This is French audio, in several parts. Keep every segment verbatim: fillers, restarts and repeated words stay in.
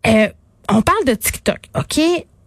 Euh, on parle de TikTok, OK?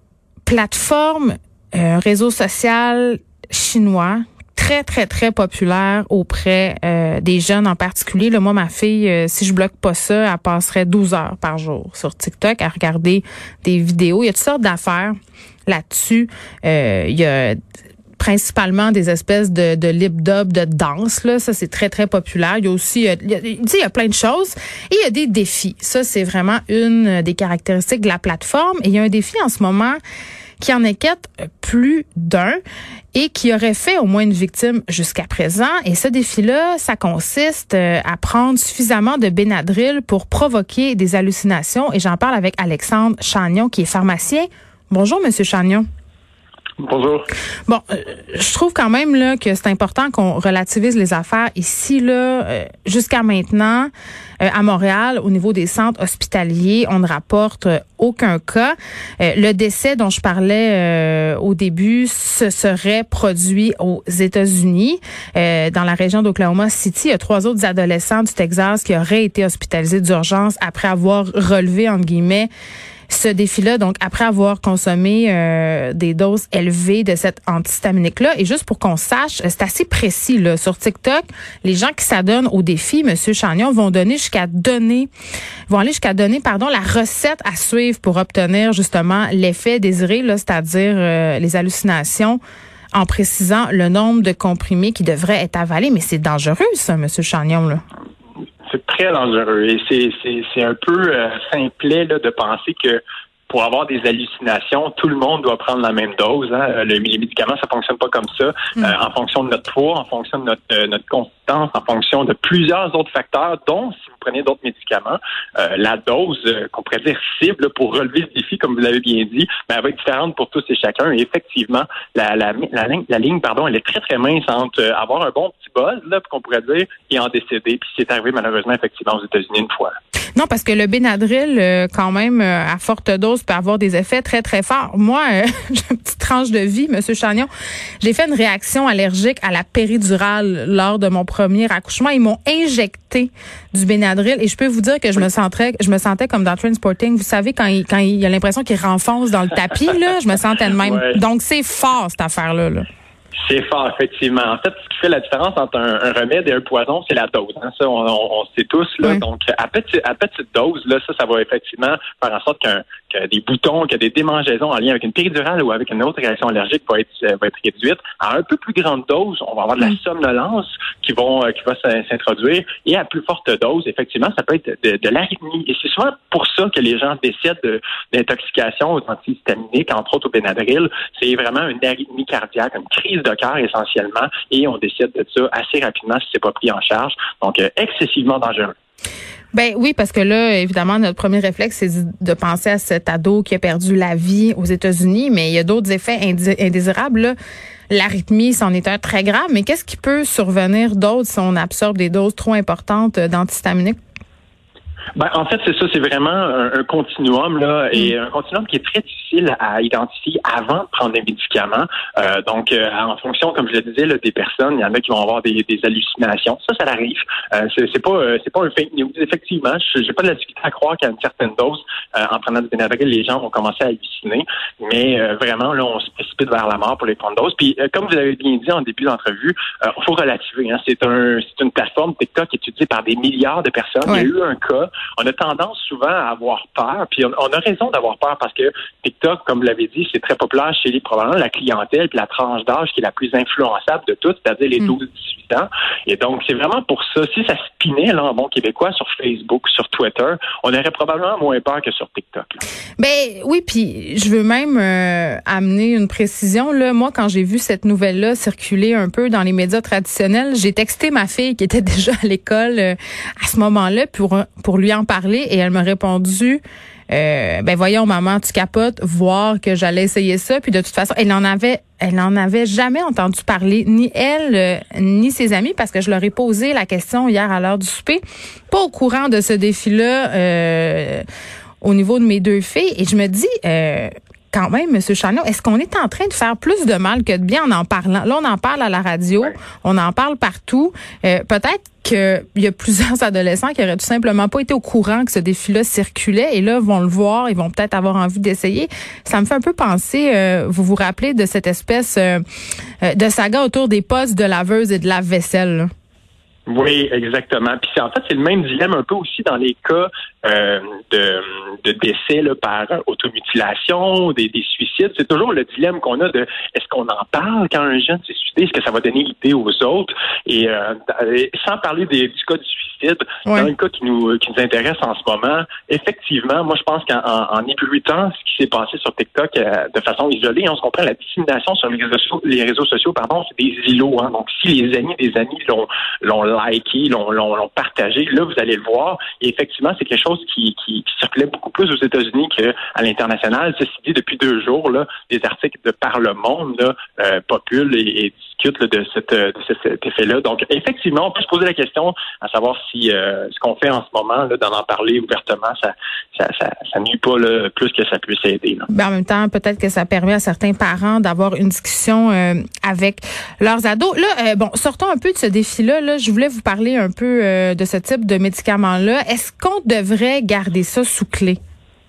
Plateforme, euh, réseau social chinois, très, très, très populaire auprès euh, des jeunes en particulier. Là, moi, ma fille, euh, si je bloque pas ça, elle passerait douze heures par jour sur TikTok à regarder des vidéos. Il y a toutes sortes d'affaires là-dessus. Euh, il y a principalement des espèces de, de lip-dub de danse, là. Ça, c'est très, très populaire. Il y a aussi, il y a, il y a plein de choses. Et il y a des défis. Ça, c'est vraiment une des caractéristiques de la plateforme. Et il y a un défi en ce moment qui en inquiète plus d'un et qui aurait fait au moins une victime jusqu'à présent. Et ce défi-là, ça consiste à prendre suffisamment de Benadryl pour provoquer des hallucinations. Et j'en parle avec Alexandre Chagnon, qui est pharmacien. Bonjour, Monsieur Chagnon. Bonjour. Bon, euh, je trouve quand même là que c'est important qu'on relativise les affaires ici là. Euh, jusqu'à maintenant, euh, à Montréal, au niveau des centres hospitaliers, on ne rapporte euh, aucun cas. Euh, le décès dont je parlais euh, au début, se serait produit aux États-Unis, euh, dans la région d'Oklahoma City. Il y a trois autres adolescents du Texas qui auraient été hospitalisés d'urgence après avoir relevé entre guillemets ce défi-là, donc après avoir consommé euh, des doses élevées de cette antihistaminique-là. Et juste pour qu'on sache, c'est assez précis là. Sur TikTok, les gens qui s'adonnent au défi, Monsieur Chagnon, vont donner jusqu'à donner, vont aller jusqu'à donner, pardon, la recette à suivre pour obtenir justement l'effet désiré, là, c'est-à-dire euh, les hallucinations, en précisant le nombre de comprimés qui devraient être avalés. Mais c'est dangereux, ça, Monsieur Chagnon, là. C'est très dangereux et c'est c'est c'est un peu euh, simplet là, de penser que pour avoir des hallucinations, tout le monde doit prendre la même dose. Hein. Le, les médicaments, ça fonctionne pas comme ça. Mm. Euh, en fonction de notre poids, en fonction de notre euh, notre consistance, en fonction de plusieurs autres facteurs, dont si vous prenez d'autres médicaments, euh, la dose euh, qu'on pourrait dire cible pour relever le défi, comme vous l'avez bien dit, ben, elle va être différente pour tous et chacun. Et effectivement, la la la, la, la ligne, pardon, elle est très très mince entre euh, avoir un bon petit buzz là, qu'on pourrait dire, et en décéder. Puis c'est arrivé malheureusement effectivement aux États-Unis une fois. Non, parce que le Benadryl, euh, quand même, euh, à forte dose, peut avoir des effets très, très forts. Moi, euh, j'ai une petite tranche de vie, Monsieur Chagnon. J'ai fait une réaction allergique à la péridurale lors de mon premier accouchement. Ils m'ont injecté du Benadryl et je peux vous dire que je me sentais, je me sentais comme dans Trainspotting. Vous savez, quand il, quand il y a l'impression qu'il renfonce dans le tapis, là, je me sentais de même. Ouais. Donc, c'est fort, cette affaire-là, là. C'est fort, effectivement. En fait, ce qui fait la différence entre un, un remède et un poison, c'est la dose. Hein. Ça, on, on, on sait tous. Là. Oui. Donc, à petite, à petite dose, là, ça, ça va effectivement faire en sorte qu'un, que des boutons, que des démangeaisons en lien avec une péridurale ou avec une autre réaction allergique va être, va être réduite. À un peu plus grande dose, on va avoir de la somnolence qui, vont, qui va s'introduire. Et à plus forte dose, effectivement, ça peut être de, de l'arythmie. Et c'est souvent pour ça que les gens décèdent de, d'intoxication aux antihistaminiques, entre autres au Benadryl. C'est vraiment une arythmie cardiaque, une crise de cœur essentiellement, et on décide de ça assez rapidement si c'est pas pris en charge. Donc, euh, excessivement dangereux. Ben oui, parce que là, évidemment, notre premier réflexe, c'est de penser à cet ado qui a perdu la vie aux États-Unis, mais il y a d'autres effets indésirables, là. L'arythmie, c'en est un très grave, mais qu'est-ce qui peut survenir d'autre si on absorbe des doses trop importantes d'antihistaminiques? Ben, en fait, c'est ça, c'est vraiment un, un continuum, là, et un continuum qui est très difficile à identifier avant de prendre des médicaments. Euh, donc, euh, en fonction, comme je le disais, là, des personnes, il y en a qui vont avoir des, des hallucinations. Ça, ça arrive. Euh, c'est, c'est pas, euh, c'est pas un fake news. Effectivement, je j'ai pas de la difficulté à croire qu'à une certaine dose, euh, en prenant du Benadryl, les gens vont commencer à halluciner. Mais euh, vraiment, là, on se précipite vers la mort pour les prendre doses. Puis, euh, comme vous avez bien dit en début d'entrevue, il euh, faut relativer. Hein. C'est un, c'est une plateforme TikTok étudiée par des milliards de personnes. Ouais. Il y a eu un cas. On a tendance souvent à avoir peur, puis on, on a raison d'avoir peur parce que TikTok, comme vous l'avez dit, c'est très populaire chez les probablement la clientèle puis la tranche d'âge qui est la plus influençable de toutes, c'est-à-dire les douze dix-huit ans. Et donc, c'est vraiment pour ça. Si ça spinait là, en bon québécois sur Facebook, sur Twitter, on aurait probablement moins peur que sur TikTok. Là. Ben oui, puis je veux même euh, amener une précision. Là, moi, quand j'ai vu cette nouvelle-là circuler un peu dans les médias traditionnels, j'ai texté ma fille qui était déjà à l'école euh, à ce moment-là pour pour lui en parler. Et elle m'a répondu, euh, ben voyons maman, tu capotes, voir que j'allais essayer ça. Puis de toute façon, elle en avait, elle en avait jamais entendu parler, ni elle, euh, ni ses amis, parce que je leur ai posé la question hier à l'heure du souper, pas au courant de ce défi-là euh, au niveau de mes deux filles. Et je me dis, euh, quand même, M. Chagnon, est-ce qu'on est en train de faire plus de mal que de bien en en parlant? Là, on en parle à la radio, ouais. on en parle partout. Euh, peut-être qu'il y a plusieurs adolescents qui auraient tout simplement pas été au courant que ce défi-là circulait et là, vont le voir, ils vont peut-être avoir envie d'essayer. Ça me fait un peu penser, euh, vous vous rappelez de cette espèce euh, de saga autour des postes de laveuse et de lave-vaisselle, là? Oui, exactement. Puis c'est, en fait, c'est le même dilemme un peu aussi dans les cas euh, de, de décès là, par automutilation, des, des suicides. C'est toujours le dilemme qu'on a de est-ce qu'on en parle quand un jeune s'est suicidé, est-ce que ça va donner l'idée aux autres? Et euh, sans parler des, du cas du suicide, ouais. dans le cas qui nous qui nous intéresse en ce moment, effectivement, moi je pense qu'en en ébruitant ce qui s'est passé sur TikTok euh, de façon isolée, on se comprend la dissémination sur les réseaux, les réseaux sociaux, pardon, c'est des îlots. Hein. Donc si les amis des amis l'ont l'ont liké, l'ont, l'ont, l'ont partagé. Là, vous allez le voir. Et effectivement, c'est quelque chose qui, qui, qui circulait beaucoup plus aux États-Unis qu'à l'international. Ceci dit, depuis deux jours, là, des articles de Par le Monde là, euh, populent et, et discutent là, de, cette, de cet effet-là. Donc, effectivement, on peut se poser la question à savoir si euh, ce qu'on fait en ce moment, là, d'en en parler ouvertement, ça ça, ça, ça nuit pas là, plus que ça puisse aider. Là. Ben, en même temps, peut-être que ça permet à certains parents d'avoir une discussion euh, avec leurs ados. Là, euh, bon, sortons un peu de ce défi-là. Là, je voulais vous parler un peu euh, de ce type de médicaments-là. Est-ce qu'on devrait garder ça sous clé?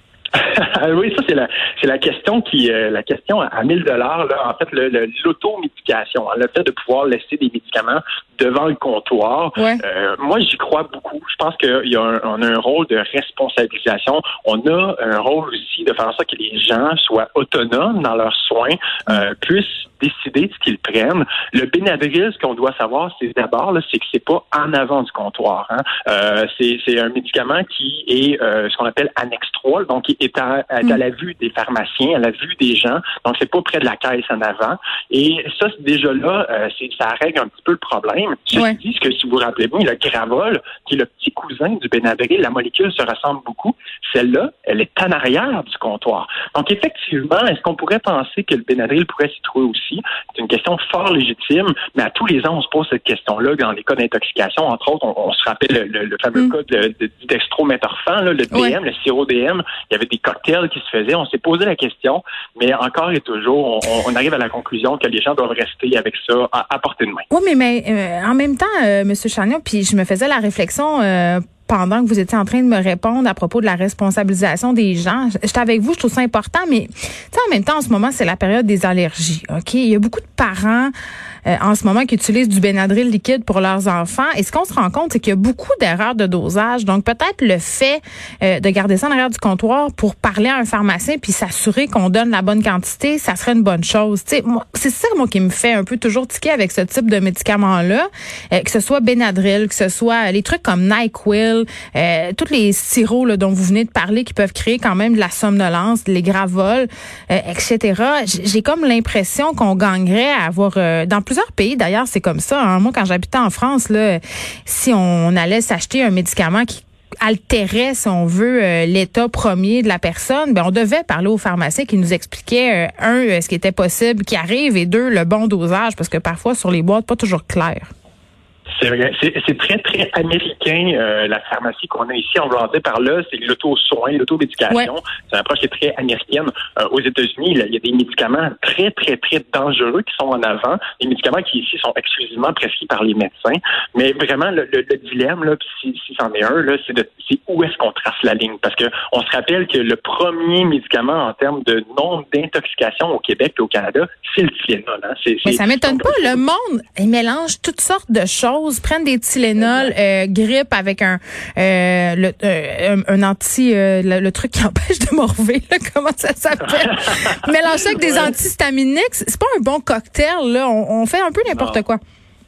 Oui, ça c'est la c'est la question qui euh, la question à mille dollars là. En fait, le, le, l'automédication, hein, le fait de pouvoir laisser des médicaments devant le comptoir. Ouais. Euh, moi, j'y crois beaucoup. Je pense qu'il y a un, on a un rôle de responsabilisation. On a un rôle aussi de faire en sorte que les gens soient autonomes dans leurs soins, euh, puissent décider de ce qu'ils prennent. Le Benadryl, ce qu'on doit savoir, c'est d'abord là, c'est que c'est pas en avant du comptoir. Hein. Euh, c'est c'est un médicament qui est euh, ce qu'on appelle annexe trois, donc qui est à, à, à la vue des pharmaciens, à la vue des gens. Donc c'est pas près de la caisse en avant. Et ça, c'est déjà là, euh, c'est, ça règle un petit peu le problème. Je ouais. dis que si vous vous rappelez bien, le Gravol, qui est le petit cousin du Benadryl, la molécule se ressemble beaucoup. Celle-là, elle est en arrière du comptoir. Donc effectivement, est-ce qu'on pourrait penser que le Benadryl pourrait s'y trouver aussi? C'est une question fort légitime, mais à tous les ans, on se pose cette question-là dans les cas d'intoxication. Entre autres, on, on se rappelle le, le, le fameux mm. cas de, de, du dextrométhorphan, là, le D M, ouais. le sirop D M. Il y avait des cocktails qui se faisaient. On s'est posé la question, mais encore et toujours, on, on arrive à la conclusion que les gens doivent rester avec ça à, à portée de main. Oui, mais, mais euh, en même temps, euh, M. Chagnon, puis je me faisais la réflexion euh, pendant que vous étiez en train de me répondre à propos de la responsabilisation des gens. J'étais avec vous, je trouve ça important, mais en même temps, en ce moment, c'est la période des allergies. Ok, il y a beaucoup de parents euh, en ce moment qui utilisent du Benadryl liquide pour leurs enfants. Et ce qu'on se rend compte, c'est qu'il y a beaucoup d'erreurs de dosage. Donc, peut-être le fait euh, de garder ça en arrière du comptoir pour parler à un pharmacien puis s'assurer qu'on donne la bonne quantité, ça serait une bonne chose. Tu sais, moi, c'est ça, moi, qui me fait un peu toujours tiquer avec ce type de médicaments-là, euh, que ce soit Benadryl, que ce soit les trucs comme NyQuil, euh, tous les sirops là, dont vous venez de parler qui peuvent créer quand même de la somnolence, les Gravol, euh, et cetera. J'ai comme l'impression qu'on gagnerait à avoir, euh, dans plusieurs pays d'ailleurs, c'est comme ça. Hein. Moi, quand j'habitais en France, là, si on allait s'acheter un médicament qui altérait, si on veut, euh, l'état premier de la personne, ben on devait parler au pharmacien qui nous expliquait, euh, un, euh, ce qui était possible qui arrive, et deux, le bon dosage, parce que parfois, sur les boîtes, pas toujours clair. C'est vrai. C'est, c'est très, très américain, euh, la pharmacie qu'on a ici. On va en dire par là, c'est l'auto-soin, l'automédication. Ouais. C'est une approche qui est très américaine. Euh, aux États-Unis, il y a des médicaments très, très, très dangereux qui sont en avant. Des médicaments qui, ici, sont exclusivement prescrits par les médecins. Mais vraiment, le, le, le dilemme, là, si, si c'en est un, là, c'est, de, c'est où est-ce qu'on trace la ligne? Parce que on se rappelle que le premier médicament en termes de nombre d'intoxications au Québec et au Canada, c'est le Tylenol. Hein. C'est, Mais c'est, ça m'étonne pas. Le monde, il mélange toutes sortes de choses. Prennent des Tylenol, euh, grippe avec un euh, le, euh, un, un anti euh, le, le truc qui empêche de morver, là, comment ça s'appelle? Mélange ça avec des antihistaminiques, c'est pas un bon cocktail, là. On, on fait un peu n'importe non. quoi.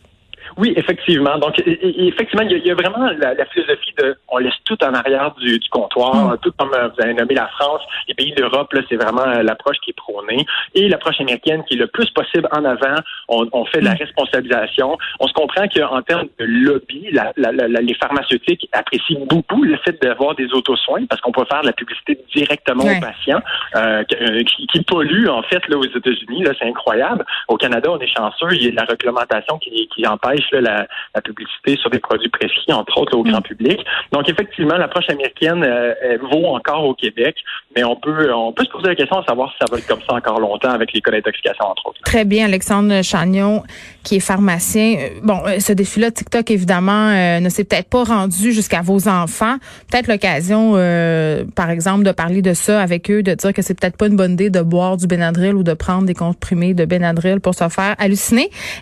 Oui, effectivement. Donc, effectivement, il y a, il y a vraiment la, la philosophie de on laisse tout en arrière du, du comptoir, mmh. tout comme vous avez nommé la France, les pays d'Europe, là, c'est vraiment l'approche qui est prônée. Et l'approche américaine qui est le plus possible en avant, on, on fait de la responsabilisation. On se comprend qu'en termes de lobby, la, la, la, les pharmaceutiques apprécient beaucoup le fait d'avoir des autosoins parce qu'on peut faire de la publicité directement ouais. aux patients euh, qui, qui polluent, en fait, là, aux États-Unis. Là, c'est incroyable. Au Canada, on est chanceux. Il y a de la réglementation qui, qui empêche là, la, la publicité sur des produits prescrits, entre autres, là, au grand public. Donc, effectivement, l'approche américaine euh, elle vaut encore au Québec, mais on peut on peut se poser la question de savoir si ça va être comme ça encore longtemps avec les cas d'intoxication, entre autres. Très bien, Alexandre Chagnon, qui est pharmacien. Bon, ce défi-là, TikTok, évidemment, euh, ne s'est peut-être pas rendu jusqu'à vos enfants. Peut-être l'occasion, euh, par exemple, de parler de ça avec eux, de dire que c'est peut-être pas une bonne idée de boire du Benadryl ou de prendre des comprimés de Benadryl pour se faire halluciner.